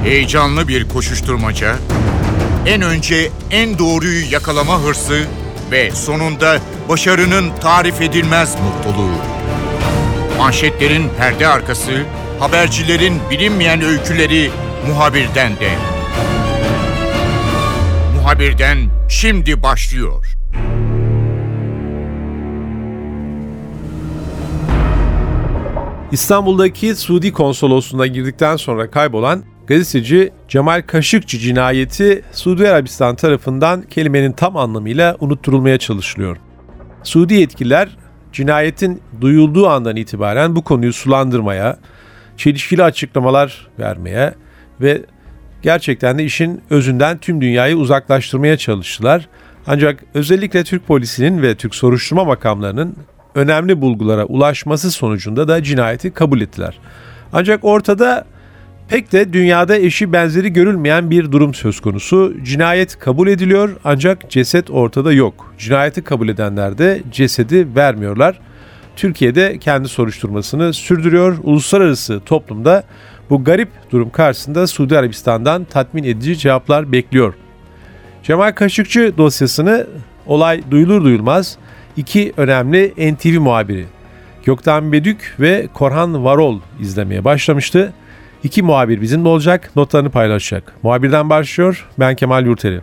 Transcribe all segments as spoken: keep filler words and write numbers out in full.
Heyecanlı bir koşuşturmaca, en önce en doğruyu yakalama hırsı ve sonunda başarının tarif edilmez mutluluğu. Manşetlerin perde arkası, habercilerin bilinmeyen öyküleri Muhabir'den de. Muhabir'den şimdi başlıyor. İstanbul'daki Suudi Konsolosluğu'na girdikten sonra kaybolan gazeteci Cemal Kaşıkçı cinayeti Suudi Arabistan tarafından kelimenin tam anlamıyla unutturulmaya çalışılıyor. Suudi yetkililer cinayetin duyulduğu andan itibaren bu konuyu sulandırmaya, çelişkili açıklamalar vermeye ve gerçekten de işin özünden tüm dünyayı uzaklaştırmaya çalıştılar. Ancak özellikle Türk polisinin ve Türk soruşturma makamlarının önemli bulgulara ulaşması sonucunda da cinayeti kabul ettiler. Ancak ortada pek de dünyada eşi benzeri görülmeyen bir durum söz konusu. Cinayet kabul ediliyor ancak ceset ortada yok. Cinayeti kabul edenler de cesedi vermiyorlar. Türkiye'de kendi soruşturmasını sürdürüyor. Uluslararası toplumda bu garip durum karşısında Suudi Arabistan'dan tatmin edici cevaplar bekliyor. Cemal Kaşıkçı dosyasını olay duyulur duyulmaz iki önemli N T V muhabiri Gökten Bedük ve Korhan Varol izlemeye başlamıştı. İki muhabir bizimle olacak, notlarını paylaşacak. Muhabirden başlıyor, ben Kemal Yurteri.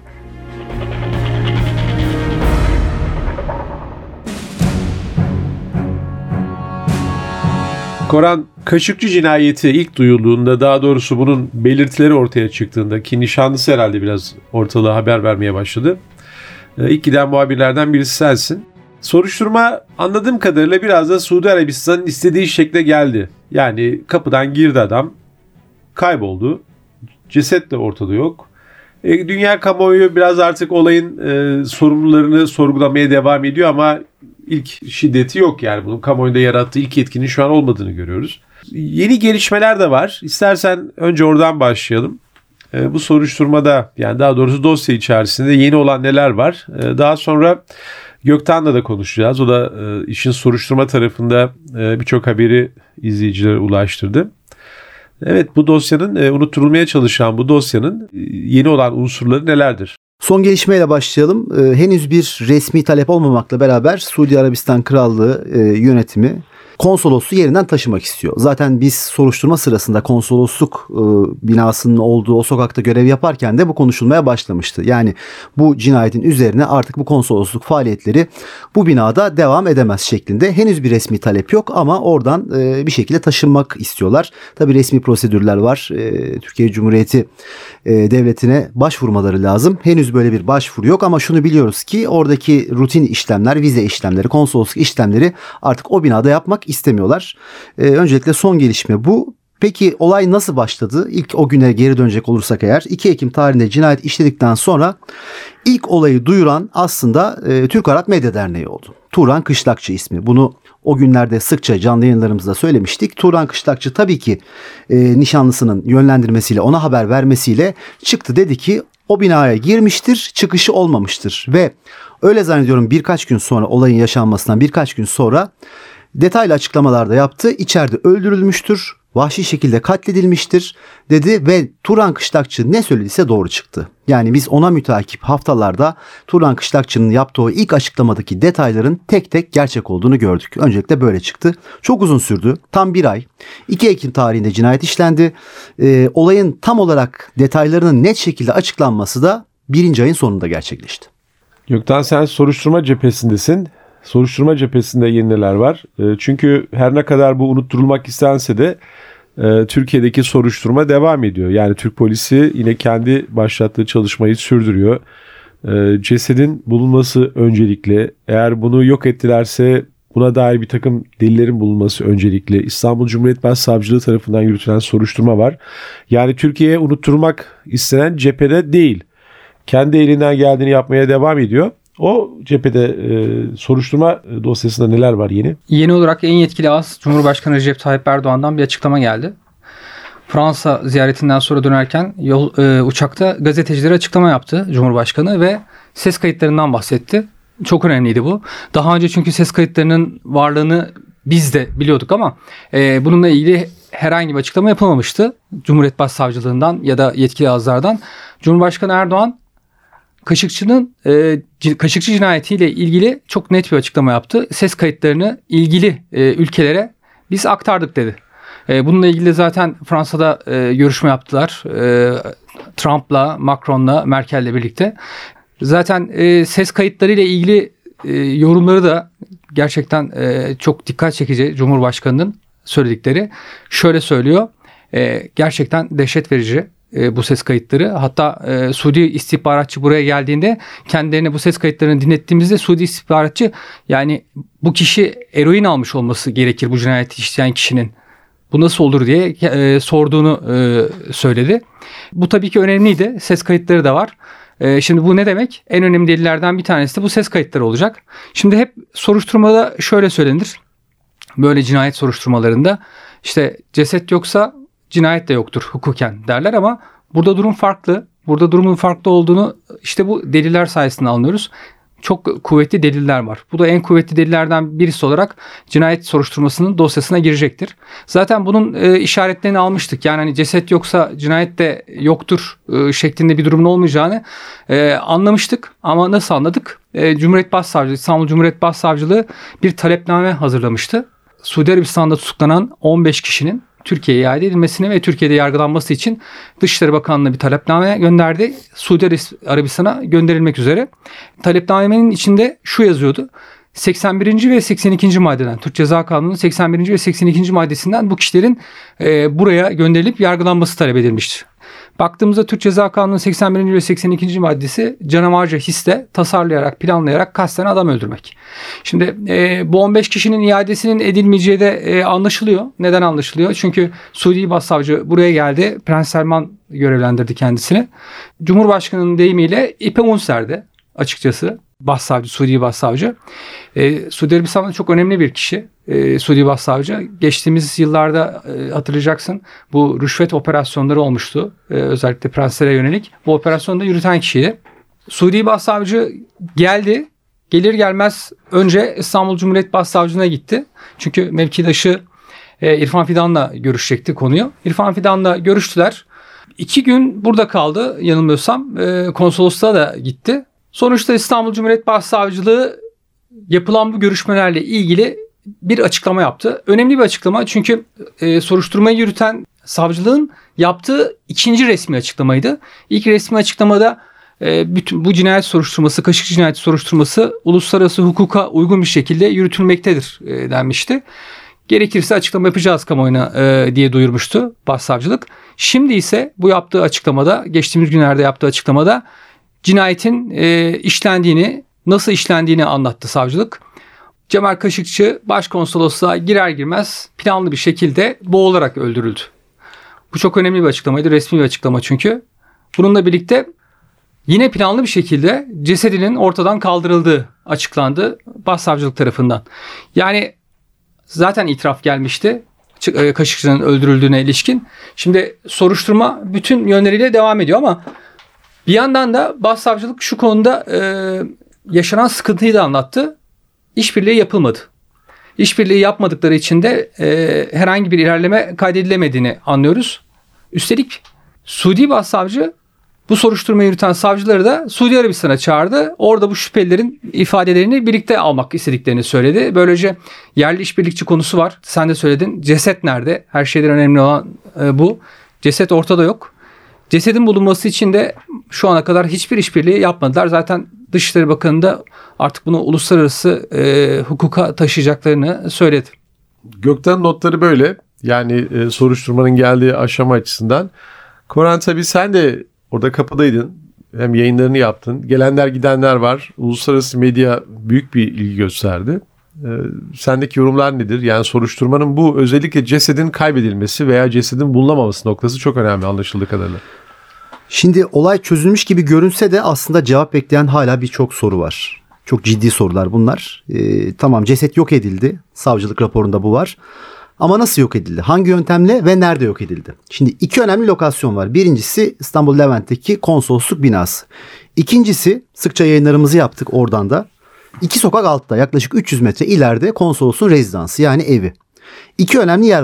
Korhan, Kaşıkçı cinayeti ilk duyulduğunda, daha doğrusu bunun belirtileri ortaya çıktığında ki nişanlısı herhalde biraz ortalığa haber vermeye başladı. İlk giden muhabirlerden birisi sensin. Soruşturma anladığım kadarıyla biraz da Suudi Arabistan'ın istediği şekle geldi. Yani kapıdan girdi adam, kayboldu, ceset de ortada yok. E, dünya kamuoyu biraz artık olayın e, sorumlularını sorgulamaya devam ediyor ama ilk şiddeti yok, yani bunun kamuoyunda yarattığı ilk etkinin şu an olmadığını görüyoruz. Yeni gelişmeler de var. İstersen önce oradan başlayalım. E, bu soruşturmada, yani daha doğrusu dosya içerisinde yeni olan neler var? E, daha sonra Gökten'le de konuşacağız. O da e, işin soruşturma tarafında e, birçok haberi izleyicilere ulaştırdı. Evet, bu dosyanın e, unutturulmaya çalışan bu dosyanın e, yeni olan unsurları nelerdir? Son gelişmeyle başlayalım. Ee, henüz bir resmi talep olmamakla beraber Suudi Arabistan Krallığı e, yönetimi konsolosluğu yerinden taşımak istiyor. Zaten biz soruşturma sırasında konsolosluk e, binasının olduğu o sokakta görev yaparken de bu konuşulmaya başlamıştı. Yani bu cinayetin üzerine artık bu konsolosluk faaliyetleri bu binada devam edemez şeklinde. Henüz bir resmi talep yok ama oradan e, bir şekilde taşınmak istiyorlar. Tabii resmi prosedürler var. E, Türkiye Cumhuriyeti e, devletine başvurmaları lazım. Henüz böyle bir başvuru yok ama şunu biliyoruz ki oradaki rutin işlemler, vize işlemleri, konsolosluk işlemleri artık o binada yapmak istemiyorlar. Ee, öncelikle son gelişme bu. Peki olay nasıl başladı? İlk o güne geri dönecek olursak eğer iki Ekim tarihinde cinayet işledikten sonra ilk olayı duyuran aslında e, Türk Arap Medya Derneği oldu. Turan Kışlakçı ismi. Bunu o günlerde sıkça canlı yayınlarımızda söylemiştik. Turan Kışlakçı tabii ki e, nişanlısının yönlendirmesiyle, ona haber vermesiyle çıktı, dedi ki o binaya girmiştir, çıkışı olmamıştır ve öyle zannediyorum birkaç gün sonra, olayın yaşanmasından birkaç gün sonra detaylı açıklamalarda yaptı. İçeride öldürülmüştür, vahşi şekilde katledilmiştir dedi ve Turan Kışlakçı ne söylediyse doğru çıktı. Yani biz ona mütakip haftalarda Turan Kışlakçı'nın yaptığı ilk açıklamadaki detayların tek tek gerçek olduğunu gördük. Öncelikle böyle çıktı. Çok uzun sürdü. Tam bir ay. iki Ekim tarihinde cinayet işlendi. Ee, olayın tam olarak detaylarının net şekilde açıklanması da birinci ayın sonunda gerçekleşti. Gökten, sen soruşturma cephesindesin. Soruşturma cephesinde yeni neler var? Çünkü her ne kadar bu unutturulmak istense de Türkiye'deki soruşturma devam ediyor. Yani Türk polisi yine kendi başlattığı çalışmayı sürdürüyor. Cesedin bulunması öncelikli. Eğer bunu yok ettilerse buna dair bir takım delillerin bulunması öncelikli. İstanbul Cumhuriyet Başsavcılığı tarafından yürütülen soruşturma var. Yani Türkiye'ye unutturmak istenen cephede değil. Kendi elinden geldiğini yapmaya devam ediyor. O cephede e, soruşturma dosyasında neler var yeni? Yeni olarak en yetkili ağız Cumhurbaşkanı Recep Tayyip Erdoğan'dan bir açıklama geldi. Fransa ziyaretinden sonra dönerken yol, e, uçakta gazetecilere açıklama yaptı Cumhurbaşkanı ve ses kayıtlarından bahsetti. Çok önemliydi bu. Daha önce çünkü ses kayıtlarının varlığını biz de biliyorduk ama e, bununla ilgili herhangi bir açıklama yapılmamıştı. Cumhuriyet Başsavcılığından ya da yetkili ağızlardan. Cumhurbaşkanı Erdoğan Kaşıkçı'nın e, Kaşıkçı cinayetiyle ilgili çok net bir açıklama yaptı. Ses kayıtlarını ilgili e, ülkelere biz aktardık dedi. E, bununla ilgili zaten Fransa'da e, görüşme yaptılar. E, Trump'la, Macron'la, Merkel'le birlikte. Zaten e, ses kayıtlarıyla ilgili e, yorumları da gerçekten e, çok dikkat çekici Cumhurbaşkanı'nın söyledikleri. Şöyle söylüyor. E, gerçekten dehşet verici e, bu ses kayıtları. Hatta e, Suudi istihbaratçı buraya geldiğinde kendilerine bu ses kayıtlarını dinlettiğimizde Suudi istihbaratçı yani bu kişi eroin almış olması gerekir bu cinayeti işleyen kişinin. Bu nasıl olur diye e, sorduğunu e, söyledi. Bu tabii ki önemliydi. Ses kayıtları da var. E, şimdi bu ne demek? En önemli delillerden bir tanesi de bu ses kayıtları olacak. Şimdi hep soruşturmada şöyle söylenir. Böyle cinayet soruşturmalarında işte ceset yoksa cinayet de yoktur hukuken derler ama burada durum farklı. Burada durumun farklı olduğunu işte bu deliller sayesinde anlıyoruz. Çok kuvvetli deliller var. Bu da en kuvvetli delillerden birisi olarak cinayet soruşturmasının dosyasına girecektir. Zaten bunun e, işaretlerini almıştık. Yani hani ceset yoksa cinayet de yoktur e, şeklinde bir durumun olmayacağını e, anlamıştık. Ama nasıl anladık? E, Cumhuriyet Başsavcılığı, İstanbul Cumhuriyet Başsavcılığı bir talepname hazırlamıştı. Suudi Arabistan'da tutuklanan on beş kişinin Türkiye'ye iade edilmesini ve Türkiye'de yargılanması için Dışişleri Bakanlığı bir talepname gönderdi. Suudi Arabistan'a gönderilmek üzere. Talepnamenin içinde şu yazıyordu. seksen birinci ve seksen ikinci maddeden, Türk Ceza Kanunu'nun seksen birinci ve seksen ikinci maddesinden bu kişilerin e, buraya gönderilip yargılanması talep edilmiştir. Baktığımızda Türk Ceza Kanunu'nun seksen birinci ve seksen ikinci maddesi canavarca hisle tasarlayarak, planlayarak kasten adam öldürmek. Şimdi e, bu on beş kişinin iadesinin edilmeyeceği de e, anlaşılıyor. Neden anlaşılıyor? Çünkü Suudi Başsavcı buraya geldi. Prens Selman görevlendirdi kendisini. Cumhurbaşkanının deyimiyle ipe un serdi açıkçası. Başsavcı, Suudi Başsavcı. Ee, Suudi Arabistan'da çok önemli bir kişi. Ee, Suudi Başsavcı. Geçtiğimiz yıllarda e, hatırlayacaksın bu rüşvet operasyonları olmuştu. Ee, özellikle prenslere yönelik. Bu operasyonu da yürüten kişiydi. Suudi Başsavcı geldi. Gelir gelmez önce İstanbul Cumhuriyet Başsavcılığına gitti. Çünkü mevkidaşı e, İrfan Fidan'la görüşecekti konuyu. İrfan Fidan'la görüştüler. İki gün burada kaldı yanılmıyorsam. E, konsolosluğa da gitti. Sonuçta İstanbul Cumhuriyet Başsavcılığı yapılan bu görüşmelerle ilgili bir açıklama yaptı. Önemli bir açıklama çünkü e, soruşturmayı yürüten savcılığın yaptığı ikinci resmi açıklamaydı. İlk resmi açıklamada e, bütün bu cinayet soruşturması, Kaşıkçı cinayeti soruşturması uluslararası hukuka uygun bir şekilde yürütülmektedir e, denmişti. Gerekirse açıklama yapacağız kamuoyuna e, diye duyurmuştu Başsavcılık. Şimdi ise bu yaptığı açıklamada, geçtiğimiz günlerde yaptığı açıklamada cinayetin e, işlendiğini, nasıl işlendiğini anlattı savcılık. Cemal Kaşıkçı başkonsolosluğa girer girmez planlı bir şekilde boğularak öldürüldü. Bu çok önemli bir açıklamaydı, resmi bir açıklama çünkü. Bununla birlikte yine planlı bir şekilde cesedinin ortadan kaldırıldığı açıklandı başsavcılık tarafından. Yani zaten itiraf gelmişti Kaşıkçı'nın öldürüldüğüne ilişkin. Şimdi soruşturma bütün yönleriyle devam ediyor ama bir yandan da başsavcılık şu konuda e, yaşanan sıkıntıyı da anlattı. İşbirliği yapılmadı. İşbirliği yapmadıkları için de e, herhangi bir ilerleme kaydedilemediğini anlıyoruz. Üstelik Suudi Başsavcı bu soruşturmayı yürüten savcıları da Suudi Arabistan'a çağırdı. Orada bu şüphelilerin ifadelerini birlikte almak istediklerini söyledi. Böylece yerli işbirlikçi konusu var. Sen de söyledin. Ceset nerede? Her şeyden önemli olan e, bu. Ceset ortada yok. Cesedin bulunması için de şu ana kadar hiçbir işbirliği yapmadılar. Zaten Dışişleri Bakanı da artık bunu uluslararası e, hukuka taşıyacaklarını söyledi. Gökten notları böyle. Yani e, soruşturmanın geldiği aşama açısından. Koran tabii sen de orada kapıdaydın. Hem yayınlarını yaptın. Gelenler gidenler var. Uluslararası medya büyük bir ilgi gösterdi. E, sendeki yorumlar nedir? Yani soruşturmanın bu özellikle cesedin kaybedilmesi veya cesedin bulunamaması noktası çok önemli anlaşıldığı kadarıyla. Şimdi olay çözülmüş gibi görünse de aslında cevap bekleyen hala birçok soru var. Çok ciddi sorular bunlar. Ee, tamam ceset yok edildi. Savcılık raporunda bu var. Ama nasıl yok edildi? Hangi yöntemle ve nerede yok edildi? Şimdi iki önemli lokasyon var. Birincisi İstanbul Levent'teki konsolosluk binası. İkincisi sıkça yayınlarımızı yaptık oradan da. İki sokak altta yaklaşık üç yüz metre ileride konsolosluğun rezidansı yani evi. İki önemli yer var.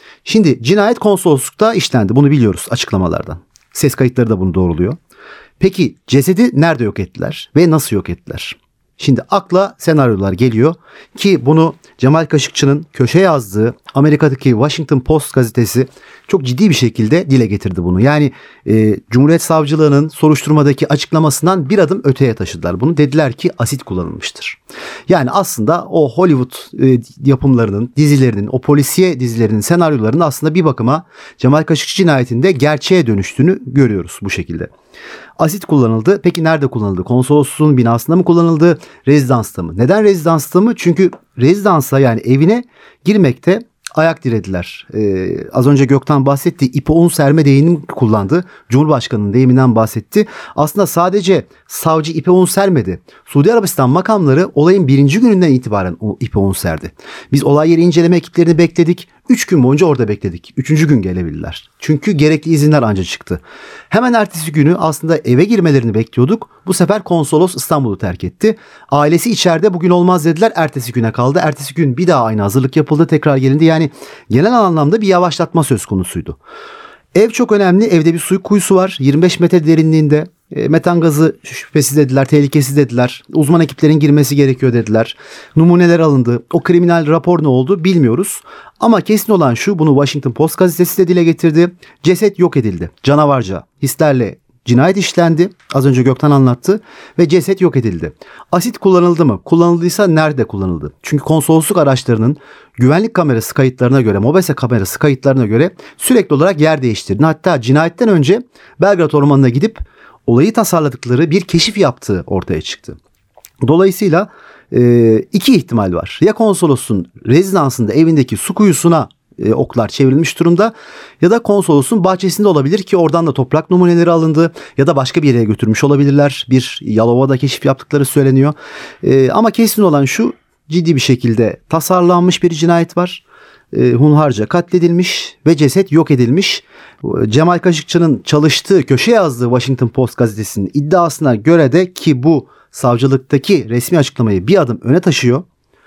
Şimdi cinayet konsoloslukta işlendi. Bunu biliyoruz açıklamalardan. Ses kayıtları da bunu doğruluyor. Peki cesedi nerede yok ettiler ve nasıl yok ettiler? Şimdi akla senaryolar geliyor ki bunu Cemal Kaşıkçı'nın köşe yazdığı Amerika'daki Washington Post gazetesi çok ciddi bir şekilde dile getirdi bunu. Yani e, Cumhuriyet Savcılığı'nın soruşturmadaki açıklamasından bir adım öteye taşıdılar bunu. Dediler ki asit kullanılmıştır. Yani aslında o Hollywood e, yapımlarının, dizilerinin, o polisiye dizilerinin senaryolarının aslında bir bakıma Cemal Kaşıkçı cinayetinde gerçeğe dönüştüğünü görüyoruz bu şekilde. Asit kullanıldı. Peki nerede kullanıldı? Konsolosluğun binasında mı kullanıldı? Rezidansta mı? Neden rezidansta mı? Çünkü rezidansa yani evine girmekte ayak dirediler. Ee, az önce Gökten bahsetti. İpe un serme deyimini kullandı. Cumhurbaşkanı'nın deyiminden bahsetti. Aslında sadece savcı ipe un sermedi. Suudi Arabistan makamları olayın birinci gününden itibaren o ipe un serdi. Biz olay yeri inceleme ekiplerini bekledik. Üç gün boyunca orada bekledik. Üçüncü gün gelebilirler. Çünkü gerekli izinler anca çıktı. Hemen ertesi günü aslında eve girmelerini bekliyorduk. Bu sefer konsolos İstanbul'u terk etti. Ailesi içeride, bugün olmaz dediler. Ertesi güne kaldı. Ertesi gün bir daha aynı hazırlık yapıldı. Tekrar gelindi. Yani genel anlamda bir yavaşlatma söz konusuydu. Ev çok önemli. Evde bir su kuyusu var. yirmi beş metre derinliğinde. E, metan gazı şüphesiz dediler, tehlikesiz dediler. Uzman ekiplerin girmesi gerekiyor dediler. Numuneler alındı. O kriminal rapor ne oldu bilmiyoruz. Ama kesin olan şu, bunu Washington Post gazetesi de dile getirdi. Ceset yok edildi. Canavarca hislerle cinayet işlendi. Az önce Gökten anlattı ve ceset yok edildi. Asit kullanıldı mı? Kullanıldıysa nerede kullanıldı? Çünkü konsolosluk araçlarının güvenlik kamerası kayıtlarına göre, MOBESE kamerası kayıtlarına göre sürekli olarak yer değiştirdi. Hatta cinayetten önce Belgrad Ormanı'na gidip olayı tasarladıkları bir keşif yaptığı ortaya çıktı. Dolayısıyla e, iki ihtimal var. Ya konsolosun rezidansında evindeki su kuyusuna e, oklar çevrilmiş durumda ya da konsolosun bahçesinde olabilir ki oradan da toprak numuneleri alındı ya da başka bir yere götürmüş olabilirler. Bir Yalova'da keşif yaptıkları söyleniyor. E, ama kesin olan şu, ciddi bir şekilde tasarlanmış bir cinayet var. E, hunharca katledilmiş ve ceset yok edilmiş. Cemal Kaşıkçı'nın çalıştığı, köşe yazdığı Washington Post gazetesinin iddiasına göre de, ki bu savcılıktaki resmi açıklamayı bir adım öne taşıyor,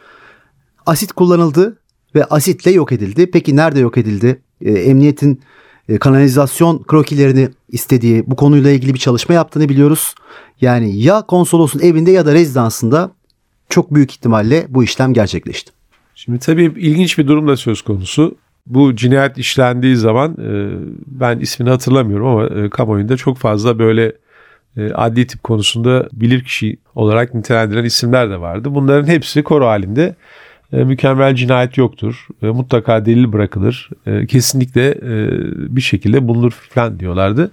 asit kullanıldı ve asitle yok edildi. Peki nerede yok edildi? E, emniyetin e, kanalizasyon krokilerini istediği, bu konuyla ilgili bir çalışma yaptığını biliyoruz. Yani ya konsolosun evinde ya da rezidansında çok büyük ihtimalle bu işlem gerçekleşti. Şimdi tabii ilginç bir durum da söz konusu. Bu cinayet işlendiği zaman e, ben ismini hatırlamıyorum ama e, kamuoyunda çok fazla böyle e, adli tip konusunda bilirkişi olarak nitelendirilen isimler de vardı. Bunların hepsi koro halinde e, mükemmel cinayet yoktur. E, mutlaka delil bırakılır. E, kesinlikle e, bir şekilde bulunur falan diyorlardı.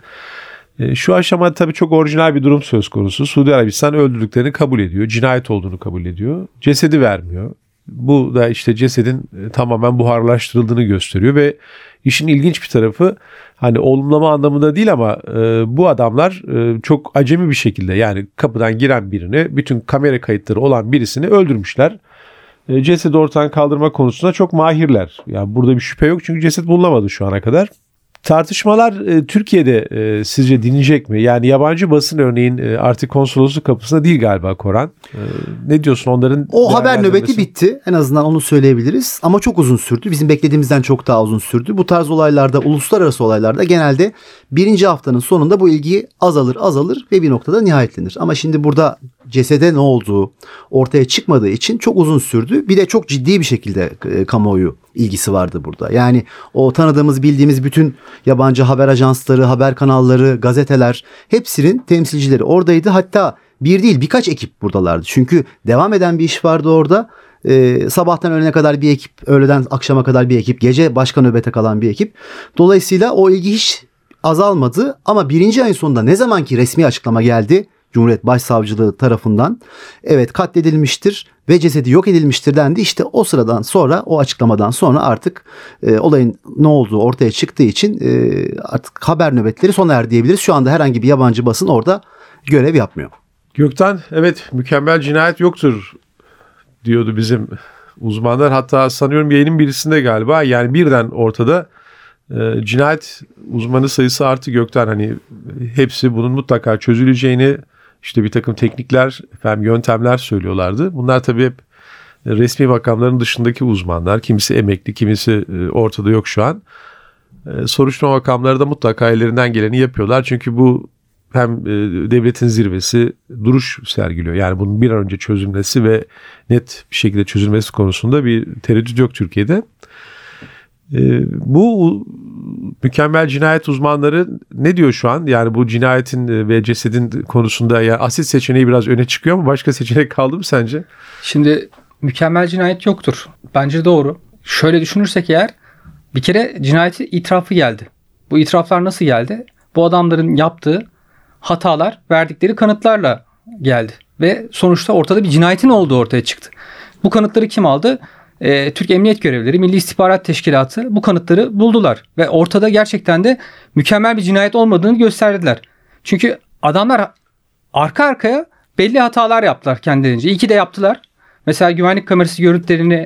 E, şu aşamada tabii çok orijinal bir durum söz konusu. Suudi Arabistan öldürdüklerini kabul ediyor. Cinayet olduğunu kabul ediyor. Cesedi vermiyor. Bu da işte cesedin tamamen buharlaştırıldığını gösteriyor ve işin ilginç bir tarafı, hani olumlama anlamında değil ama e, bu adamlar e, çok acemi bir şekilde, yani kapıdan giren birini, bütün kamera kayıtları olan birisini öldürmüşler. E, cesedi ortadan kaldırma konusunda çok mahirler. Yani burada bir şüphe yok çünkü ceset bulunamadı şu ana kadar. Tartışmalar e, Türkiye'de e, sizce dinleyecek mi? Yani yabancı basın örneğin e, artık konsolosluk kapısında değil galiba Koran. E, ne diyorsun onların? O haber nöbeti bitti. En azından onu söyleyebiliriz. Ama çok uzun sürdü. Bizim beklediğimizden çok daha uzun sürdü. Bu tarz olaylarda, uluslararası olaylarda genelde birinci haftanın sonunda bu ilgi azalır azalır ve bir noktada nihayetlenir. Ama şimdi burada cesede ne olduğu ortaya çıkmadığı için çok uzun sürdü. Bir de çok ciddi bir şekilde e, kamuoyu ilgisi vardı burada. Yani o tanıdığımız, bildiğimiz bütün yabancı haber ajansları, haber kanalları, gazeteler, hepsinin temsilcileri oradaydı. Hatta bir değil birkaç ekip buradalardı. Çünkü devam eden bir iş vardı orada. Ee, sabahtan öğlene kadar bir ekip, öğleden akşama kadar bir ekip, gece başka nöbete kalan bir ekip. Dolayısıyla o ilgi hiç azalmadı. Ama birinci ayın sonunda ne zamanki resmi açıklama geldi Cumhuriyet Başsavcılığı tarafından, evet katledilmiştir ve cesedi yok edilmiştir dendi. İşte o sıradan sonra, o açıklamadan sonra artık e, olayın ne olduğu ortaya çıktığı için e, artık haber nöbetleri sona erdi diyebiliriz. Şu anda herhangi bir yabancı basın orada görev yapmıyor. Gökten, evet, mükemmel cinayet yoktur diyordu bizim uzmanlar. Hatta sanıyorum yayının birisinde galiba, yani birden ortada e, cinayet uzmanı sayısı arttı Gökten. Hani hepsi bunun mutlaka çözüleceğini, İşte bir takım teknikler, efendim, yöntemler söylüyorlardı. Bunlar tabii hep resmi makamların dışındaki uzmanlar, kimisi emekli, kimisi ortada yok şu an. Soruşturma makamları da mutlaka ellerinden geleni yapıyorlar. Çünkü bu hem devletin zirvesi duruş sergiliyor. Yani bunun bir an önce çözülmesi ve net bir şekilde çözülmesi konusunda bir tereddüt yok Türkiye'de. Bu mükemmel cinayet uzmanları ne diyor şu an? Yani bu cinayetin ve cesedin konusunda yani asit seçeneği biraz öne çıkıyor ama başka seçenek kaldı mı sence? Şimdi mükemmel cinayet yoktur. Bence doğru. Şöyle düşünürsek eğer bir kere cinayeti itirafı geldi. Bu itiraflar nasıl geldi? Bu adamların yaptığı hatalar verdikleri kanıtlarla geldi. Ve sonuçta ortada bir cinayetin olduğu ortaya çıktı. Bu kanıtları kim aldı? Ee, Türk Emniyet Görevlileri, Milli İstihbarat Teşkilatı bu kanıtları buldular. Ve ortada gerçekten de mükemmel bir cinayet olmadığını gösterdiler. Çünkü adamlar arka arkaya belli hatalar yaptılar kendilerince. İyi ki de yaptılar. Mesela güvenlik kamerası görüntülerini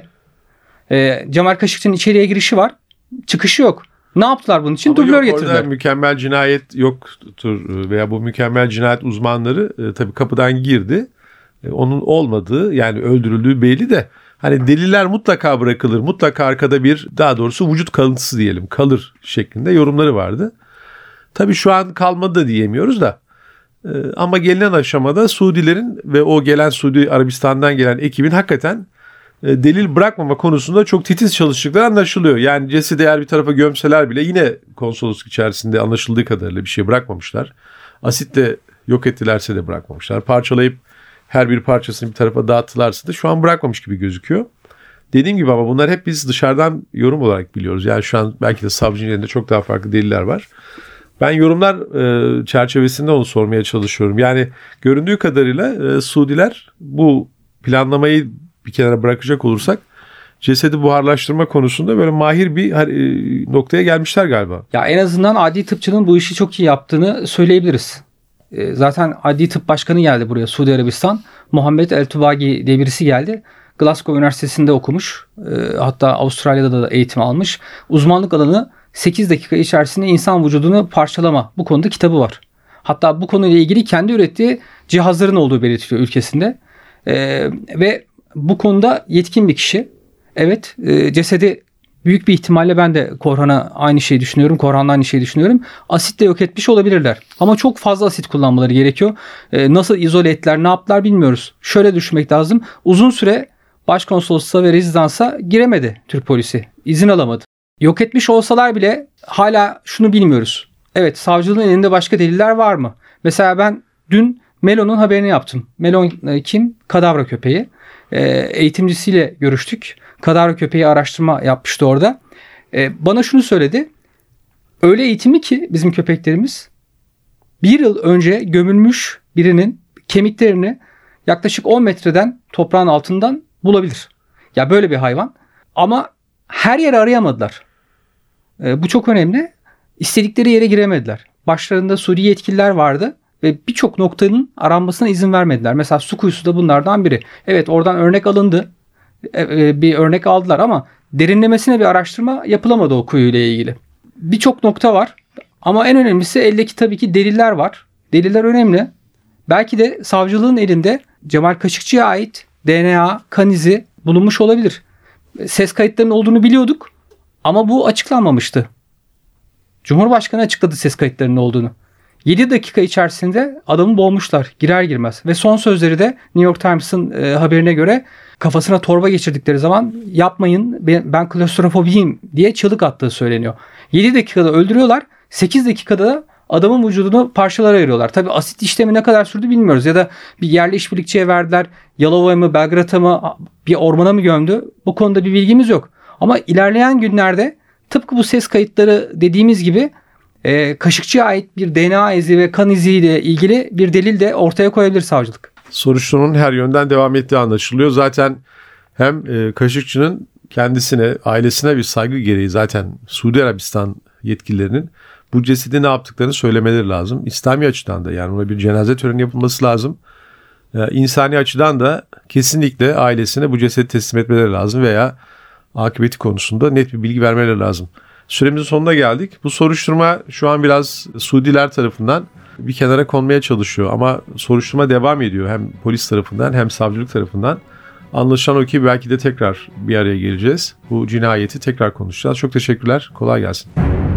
e, Cemal Kaşıkçı'nın içeriye girişi var. Çıkışı yok. Ne yaptılar bunun için? Dublör getirdiler. Orada mükemmel cinayet yoktur veya bu mükemmel cinayet uzmanları e, tabii kapıdan girdi. E, onun olmadığı yani öldürüldüğü belli de hani deliller mutlaka bırakılır. Mutlaka arkada bir daha doğrusu vücut kalıntısı diyelim kalır şeklinde yorumları vardı. Tabii şu an kalmadı da diyemiyoruz da. E, ama gelinen aşamada Suudilerin ve o gelen Suudi Arabistan'dan gelen ekibin hakikaten delil bırakmama konusunda çok titiz çalıştıkları anlaşılıyor. Yani cesedi eğer bir tarafa gömseler bile yine konsolosluk içerisinde anlaşıldığı kadarıyla bir şey bırakmamışlar. Asitle yok ettilerse de bırakmamışlar. Parçalayıp her bir parçasını bir tarafa dağıttılarsa da şu an bırakmamış gibi gözüküyor. Dediğim gibi ama bunlar hep biz dışarıdan yorum olarak biliyoruz. Yani şu an belki de savcının elinde çok daha farklı deliller var. Ben yorumlar e, çerçevesinde onu sormaya çalışıyorum. Yani göründüğü kadarıyla e, Suudiler bu planlamayı bir kenara bırakacak olursak cesedi buharlaştırma konusunda böyle mahir bir e, noktaya gelmişler galiba. Ya en azından adli tıpçının bu işi çok iyi yaptığını söyleyebiliriz. E, zaten adli tıp başkanı geldi buraya Suudi Arabistan. Muhammed El Tubagi diye birisi geldi. Glasgow Üniversitesi'nde okumuş. E, hatta Avustralya'da da eğitim almış. Uzmanlık alanı sekiz dakika içerisinde insan vücudunu parçalama. Bu konuda kitabı var. Hatta bu konuyla ilgili kendi ürettiği cihazların olduğu belirtiliyor ülkesinde. E, ve bu konuda yetkin bir kişi. Evet, e, cesedi büyük bir ihtimalle ben de Korhan'a aynı şeyi düşünüyorum. Korhan'la aynı şeyi düşünüyorum. Asitle yok etmiş olabilirler. Ama çok fazla asit kullanmaları gerekiyor. E, nasıl izole ettiler, ne yaptılar bilmiyoruz. Şöyle düşünmek lazım. Uzun süre başkonsolosluğa ve rezidansa giremedi Türk polisi. İzin alamadı. Yok etmiş olsalar bile hala şunu bilmiyoruz. Evet, savcılığın elinde başka deliller var mı? Mesela ben dün Melo'nun haberini yaptım. Melo kim? Kadavra köpeği. E, eğitimcisiyle görüştük. Kadavra köpeği araştırma yapmıştı orada. E, bana şunu söyledi. Öyle eğitimli ki bizim köpeklerimiz bir yıl önce gömülmüş birinin kemiklerini yaklaşık on metreden toprağın altından bulabilir. Ya böyle bir hayvan. Ama her yere arayamadılar. E, bu çok önemli. İstedikleri yere giremediler. Başlarında Suriye yetkililer vardı. Ve birçok noktanın aranmasına izin vermediler. Mesela su kuyusu da bunlardan biri. Evet, oradan örnek alındı. Bir örnek aldılar ama derinlemesine bir araştırma yapılamadı o kuyuyla ilgili. Birçok nokta var ama en önemlisi eldeki tabii ki deliller var. Deliller önemli. Belki de savcılığın elinde Cemal Kaşıkçı'ya ait D N A, kan izi bulunmuş olabilir. Ses kayıtlarının olduğunu biliyorduk ama bu açıklanmamıştı. Cumhurbaşkanı açıkladı ses kayıtlarının olduğunu. yedi dakika içerisinde adamı boğmuşlar girer girmez. Ve son sözleri de New York Times'ın e, haberine göre kafasına torba geçirdikleri zaman yapmayın ben, ben klostrofobiyim diye çığlık attığı söyleniyor. yedi dakikada öldürüyorlar. sekiz dakikada da adamın vücudunu parçalara ayırıyorlar. Tabii asit işlemi ne kadar sürdü bilmiyoruz. Ya da bir yerli işbirlikçiye verdiler. Yalova'ya mı Belgrad'a mı bir ormana mı gömdü? Bu konuda bir bilgimiz yok. Ama ilerleyen günlerde tıpkı bu ses kayıtları dediğimiz gibi E, Kaşıkçı'ya ait bir D N A izi ve kan iziyle ilgili bir delil de ortaya koyabilir savcılık. Soruşturmanın her yönden devam ettiği anlaşılıyor. Zaten hem e, Kaşıkçı'nın kendisine, ailesine bir saygı gereği zaten Suudi Arabistan yetkililerinin bu cesedi ne yaptıklarını söylemeleri lazım. İslami açıdan da yani ona bir cenaze töreni yapılması lazım. E, insani açıdan da kesinlikle ailesine bu cesedi teslim etmeleri lazım veya akıbeti konusunda net bir bilgi vermeleri lazım. Süremizin sonuna geldik. Bu soruşturma şu an biraz Suudiler tarafından bir kenara konmaya çalışıyor. Ama soruşturma devam ediyor. Hem polis tarafından hem savcılık tarafından. Anlaşılan o ki belki de tekrar bir araya geleceğiz. Bu cinayeti tekrar konuşacağız. Çok teşekkürler. Kolay gelsin.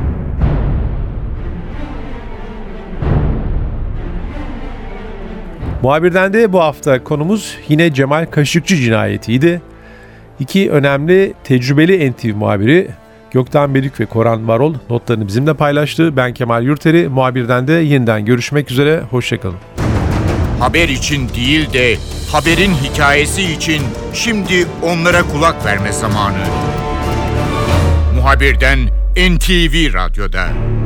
Muhabirden de bu hafta konumuz yine Cemal Kaşıkçı cinayetiydi. İki önemli tecrübeli N T V muhabiri Gökten Belük ve Koran Varol notlarını bizimle paylaştı. Ben Kemal Yurteri. Muhabirden de yeniden görüşmek üzere. Hoşçakalın. Haber için değil de haberin hikayesi için şimdi onlara kulak verme zamanı. Muhabirden N T V Radyo'da.